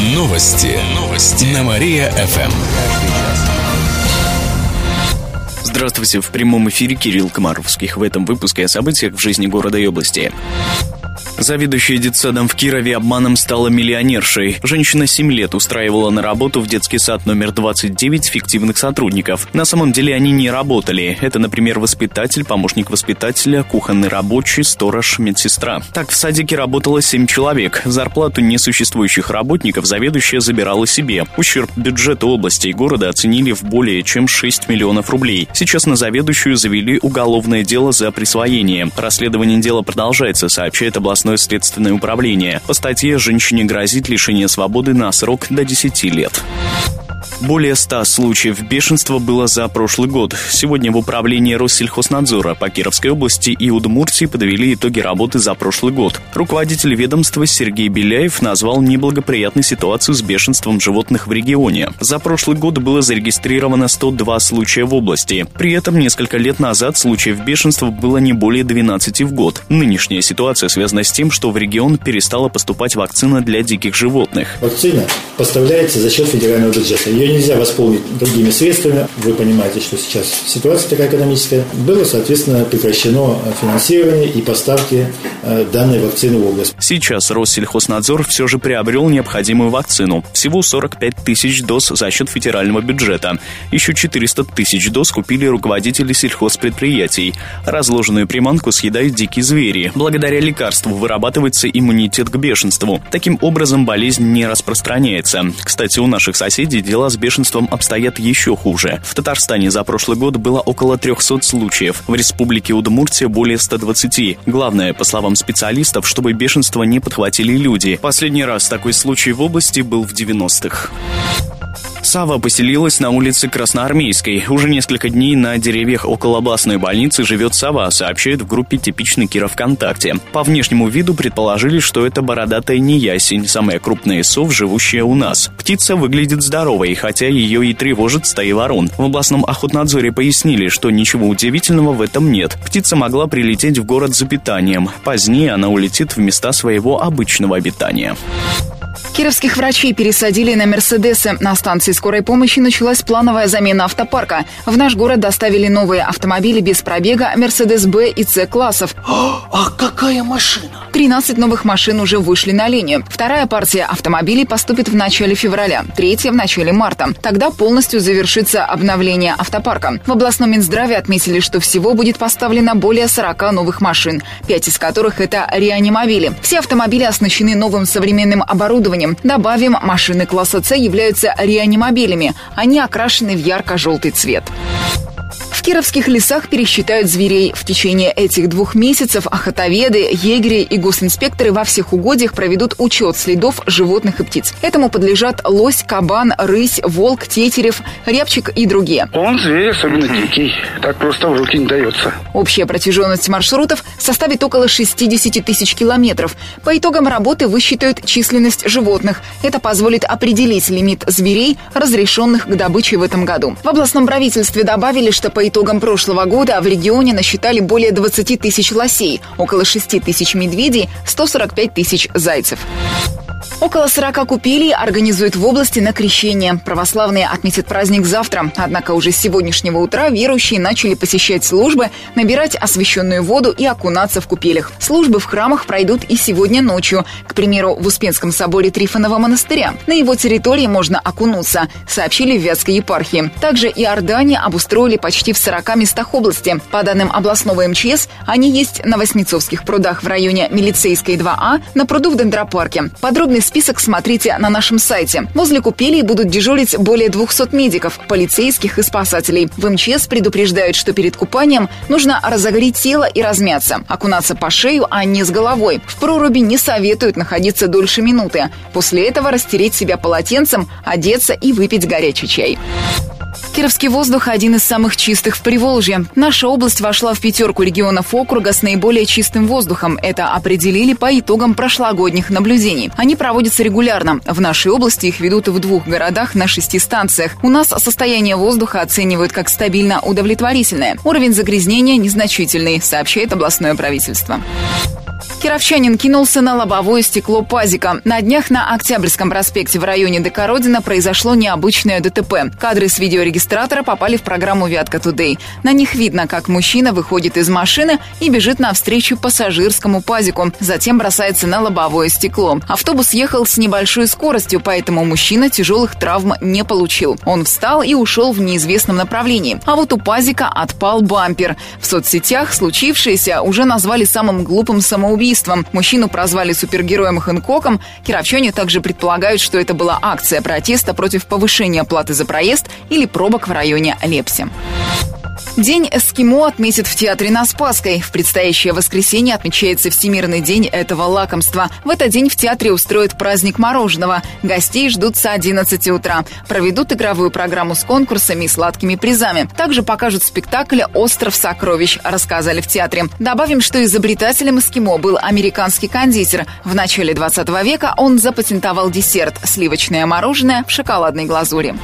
Новости на Мария-ФМ. Здравствуйте, в прямом эфире Кирилл Комаровских. В этом выпуске о событиях в жизни города и области. Заведующая детсадом в Кирове обманом стала миллионершей. Женщина 7 лет устраивала на работу в детский сад номер 29 фиктивных сотрудников. На самом деле они не работали. Это, например, воспитатель, помощник воспитателя, кухонный рабочий, сторож, медсестра. Так, в садике работало 7 человек. Зарплату несуществующих работников заведующая забирала себе. Ущерб бюджету области и города оценили в более чем 6 миллионов рублей. Сейчас на заведующую завели уголовное дело за присвоение. Расследование дела продолжается, сообщает областное следственное управление. По статье женщине грозит лишение свободы на срок до 10 лет. Более 100 случаев бешенства было за прошлый год. Сегодня в управлении Россельхознадзора по Кировской области и Удмуртии подвели итоги работы за прошлый год. Руководитель ведомства Сергей Беляев назвал неблагоприятной ситуацию с бешенством животных в регионе. За прошлый год было зарегистрировано 102 случая в области. При этом несколько лет назад случаев бешенства было не более 12 в год. Нынешняя ситуация связана с тем, что в регион перестала поступать вакцина для диких животных. Вакцина поставляется за счет федерального бюджета. Ее нельзя восполнить другими средствами. Вы понимаете, что сейчас ситуация такая экономическая. Было, соответственно, прекращено финансирование и поставки данной вакцины в область. Сейчас Россельхознадзор все же приобрел необходимую вакцину. Всего 45 тысяч доз за счет федерального бюджета. Еще 400 тысяч доз купили руководители сельхозпредприятий. Разложенную приманку съедают дикие звери. Благодаря лекарству вырабатывается иммунитет к бешенству. Таким образом, болезнь не распространяется. Кстати, у наших соседей дела с бешенством обстоят еще хуже. В Татарстане за прошлый год было около 300 случаев. В республике Удмуртия более 120. Главное, по словам специалистов, чтобы бешенство не подхватили люди. Последний раз такой случай в области был в 90-х. Сава поселилась на улице Красноармейской. Уже несколько дней на деревьях около областной больницы живет сова, сообщает в группе «Типичный Киров ВКонтакте». По внешнему виду предположили, что это бородатая неясень, самая крупная из сов, живущая у нас. Птица выглядит здоровой, хотя ее и тревожит стаи ворон. В областном охотнадзоре пояснили, что ничего удивительного в этом нет. Птица могла прилететь в город за питанием. Позднее она улетит в места своего обычного обитания. Кировских врачей пересадили на «Мерседесы». На станции скорой помощи началась плановая замена автопарка. В наш город доставили новые автомобили без пробега «Мерседес Б» и С классов. А какая машина? 13 новых машин уже вышли на линию. Вторая партия автомобилей поступит в начале февраля, третья в начале марта. Тогда полностью завершится обновление автопарка. В областном Минздраве отметили, что всего будет поставлено более 40 новых машин, 5 из которых это реанимобили. Все автомобили оснащены новым современным оборудованием. Добавим, машины класса С являются реанимобилями. Они окрашены в ярко-желтый цвет. В кировских лесах пересчитают зверей. В течение этих 2 месяцев охотоведы, егери и госинспекторы во всех угодьях проведут учет следов животных и птиц. Этому подлежат лось, кабан, рысь, волк, тетерев, рябчик и другие. Он зверь, особенно дикий. Так просто в руки не дается. Общая протяженность маршрутов составит около 60 тысяч километров. По итогам работы высчитают численность животных. Это позволит определить лимит зверей, разрешенных к добыче в этом году. В областном правительстве добавили, что по итогам прошлого года в регионе насчитали более 20 тысяч лосей, около 6 тысяч медведей, 145 тысяч зайцев. Около 40 купелей организуют в области на крещение. Православные отметят праздник завтра. Однако уже с сегодняшнего утра верующие начали посещать службы, набирать освященную воду и окунаться в купелях. Службы в храмах пройдут и сегодня ночью. К примеру, в Успенском соборе Трифонова монастыря. На его территории можно окунуться, сообщили в Вятской епархии. Также иордане обустроили почти в 40 местах области. По данным областного МЧС, они есть на Васнецовских прудах в районе Милицейской 2А, на пруду в Дендропарке. Подробный список смотрите на нашем сайте. Возле купелей будут дежурить более 200 медиков, полицейских и спасателей. В МЧС предупреждают, что перед купанием нужно разогреть тело и размяться. Окунаться по шею, а не с головой. В проруби не советуют находиться дольше минуты. После этого растереть себя полотенцем, одеться и выпить горячий чай. Кировский воздух – один из самых чистых в Приволжье. Наша область вошла в 5 регионов округа с наиболее чистым воздухом. Это определили по итогам прошлогодних наблюдений. Они проводятся регулярно. В нашей области их ведут в 2 городах на 6 станциях. У нас состояние воздуха оценивают как стабильно удовлетворительное. Уровень загрязнения незначительный, сообщает областное правительство. Кировчанин кинулся на лобовое стекло пазика. На днях на Октябрьском проспекте в районе ДК Родина произошло необычное ДТП. Кадры с видеорегистратора попали в программу «Вятка Тудей». На них видно, как мужчина выходит из машины и бежит навстречу пассажирскому пазику. Затем бросается на лобовое стекло. Автобус ехал с небольшой скоростью, поэтому мужчина тяжелых травм не получил. Он встал и ушел в неизвестном направлении. А вот у пазика отпал бампер. В соцсетях случившееся уже назвали самым глупым самоубийством. Мужчину прозвали супергероем Хэнкоком. Кировчане также предполагают, что это была акция протеста против повышения платы за проезд или пробок в районе Лепси. День эскимо отметят в театре на Спасской. В предстоящее воскресенье отмечается Всемирный день этого лакомства. В этот день в театре устроят праздник мороженого. Гостей ждут с 11 утра. Проведут игровую программу с конкурсами и сладкими призами. Также покажут спектакль «Остров сокровищ», рассказали в театре. Добавим, что изобретателем эскимо был американский кондитер. В начале 20 века он запатентовал десерт – сливочное мороженое в шоколадной глазури.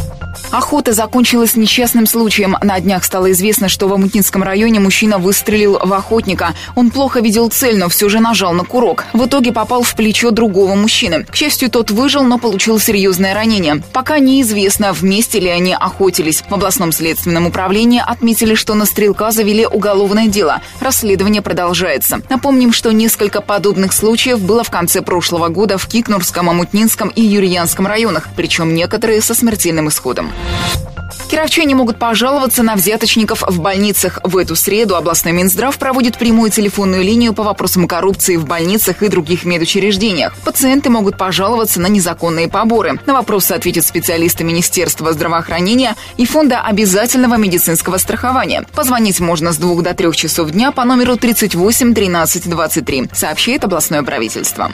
Охота закончилась несчастным случаем. На днях стало известно, что в Омутнинском районе мужчина выстрелил в охотника. Он плохо видел цель, но все же нажал на курок. В итоге попал в плечо другого мужчины. К счастью, тот выжил, но получил серьезное ранение. Пока неизвестно, вместе ли они охотились. В областном следственном управлении отметили, что на стрелка завели уголовное дело. Расследование продолжается. Напомним, что несколько подобных случаев было в конце прошлого года в Кикнурском, Омутнинском и Юрьянском районах, причем некоторые со смертельным исходом. Кировчане могут пожаловаться на взяточников в больницах. В эту среду областной Минздрав проводит прямую телефонную линию по вопросам коррупции в больницах и других медучреждениях. Пациенты могут пожаловаться на незаконные поборы. На вопросы ответят специалисты Министерства здравоохранения и Фонда обязательного медицинского страхования. Позвонить можно с 2 до 3 часов дня по номеру 38 13 23, сообщает областное правительство.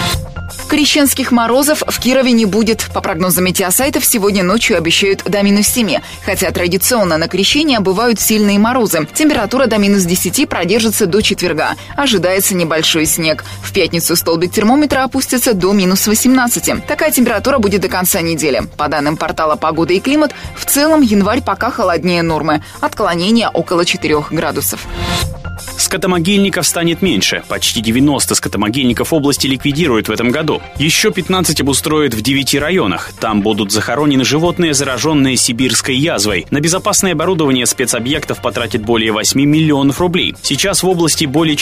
Крещенских морозов в Кирове не будет. По прогнозам метеосайтов, сегодня ночью обещают до -7. Хотя традиционно на крещение бывают сильные морозы. Температура до -10 продержится до четверга. Ожидается небольшой снег. В пятницу столбик термометра опустится до -18. Такая температура будет до конца недели. По данным портала «Погода и климат», в целом январь пока холоднее нормы. Отклонение около 4 градусов. Скотомогильников станет меньше. Почти 90 скотомогильников области ликвидируют в этом году. Еще 15 обустроят в 9 районах. Там будут захоронены животные, зараженные сибирской язвой. На безопасное оборудование спецобъектов потратят более 8 миллионов рублей. Сейчас в области более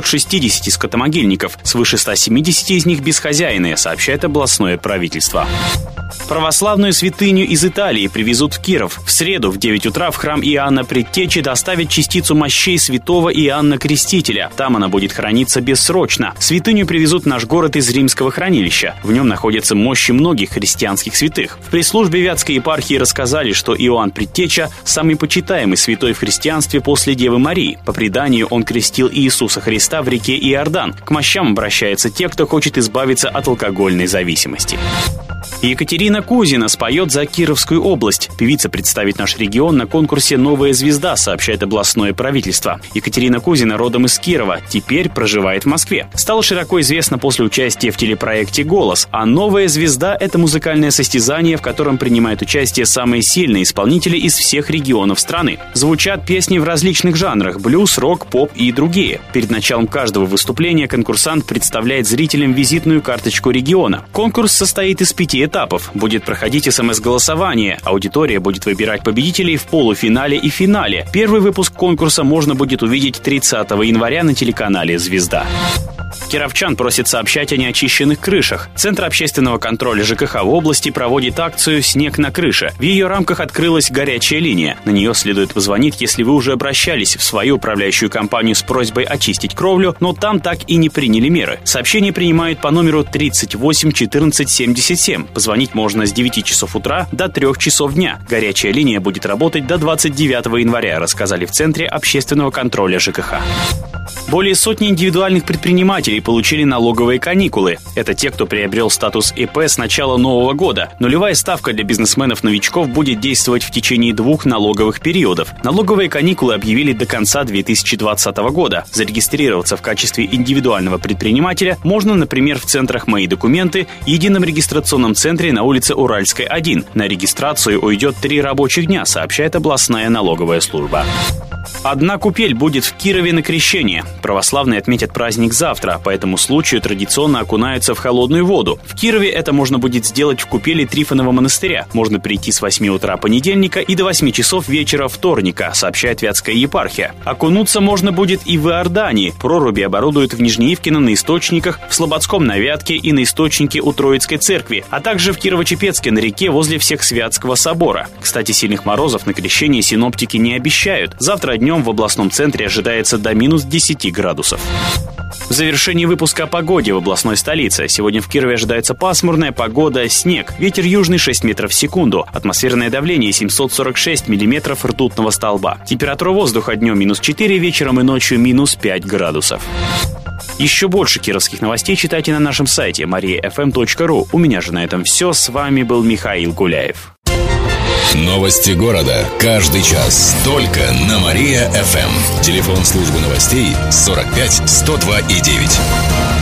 460 скотомогильников. Свыше 170 из них безхозяйные, сообщает областное правительство. Православную святыню из Италии привезут в Киров. В среду в 9 утра в храм Иоанна Предтечи доставят частицу мощей святого Иоанна Крестителя. Там она будет храниться бессрочно. Святыню привезут в наш город из римского хранилища. В нем находятся мощи многих христианских святых. В пресс-службе Вятской епархии рассказали, что Иоанн Предтеча – самый почитаемый святой в христианстве после Девы Марии. По преданию, он крестил Иисуса Христа в реке Иордан. К мощам обращаются те, кто хочет избавиться от алкогольной зависимости. Екатерина Кузина споет за Кировскую область. Певица представит наш регион на конкурсе «Новая звезда», сообщает областное правительство. Екатерина Кузина родом из Кирова, теперь проживает в Москве. Стала широко известна после участия в телепроекте «Голос». А «Новая звезда» — это музыкальное состязание, в котором принимают участие самые сильные исполнители из всех регионов страны. Звучат песни в различных жанрах – блюз, рок, поп и другие. Перед началом каждого выступления конкурсант представляет зрителям визитную карточку региона. Конкурс состоит из 5 этапов. Будет проходить СМС-голосование. Аудитория будет выбирать победителей в полуфинале и финале. Первый выпуск конкурса можно будет увидеть 30 января на телеканале «Звезда». Кировчан просят сообщать о неочищенных крышах. Центр общественного контроля ЖКХ в области проводит акцию «Снег на крыше». В ее рамках открылась горячая линия. На нее следует позвонить, если вы уже обращались в свою управляющую компанию с просьбой очистить кровлю, но там так и не приняли меры. Сообщение принимают по номеру 38 14 77. Позвонить можно с 9 часов утра до 3 часов дня. Горячая линия будет работать до 29 января, рассказали в Центре общественного контроля ЖКХ. Более сотни индивидуальных предпринимателей получили налоговые каникулы. Это те, кто приобрел статус ИП с начала нового года. Нулевая ставка для бизнесменов-новичков будет действовать в течение 2 налоговых периодов. Налоговые каникулы объявили до конца 2020 года. Зарегистрироваться в качестве индивидуального предпринимателя можно, например, в центрах «Мои документы», едином регистрационном центре на улице Уральской, 1. На регистрацию уйдет 3 рабочих дня, сообщает областная налоговая служба. Одна купель будет в Кирове на Крещение. Православные отметят праздник завтра, по этому случаю традиционно окунаются в холодную воду. В Кирове это можно будет сделать в купели Трифонова монастыря. Можно прийти с 8 утра понедельника и до 8 часов вечера вторника, сообщает Вятская епархия. Окунуться можно будет и в Иордании. Проруби оборудуют в Нижнеивкино на источниках, в Слободском на Вятке и на источнике у Троицкой церкви, а также в Кирово-Чепецке на реке возле Всехсвятского собора. Кстати, сильных морозов на Крещение синоптики не обещают. Завтра днем в областном центре ожидается до минус 10 градусов. В завершении выпуска о погоде в областной столице. Сегодня в Кирове ожидается пасмурная погода, снег, ветер южный 6 метров в секунду, атмосферное давление 746 миллиметров ртутного столба. Температура воздуха днем минус 4, вечером и ночью минус 5 градусов. Еще больше кировских новостей читайте на нашем сайте mariafm.ru. У меня же на этом все. С вами был Михаил Гуляев. Новости города. Каждый час. Только на Мария-ФМ. Телефон службы новостей 45 102 и 9.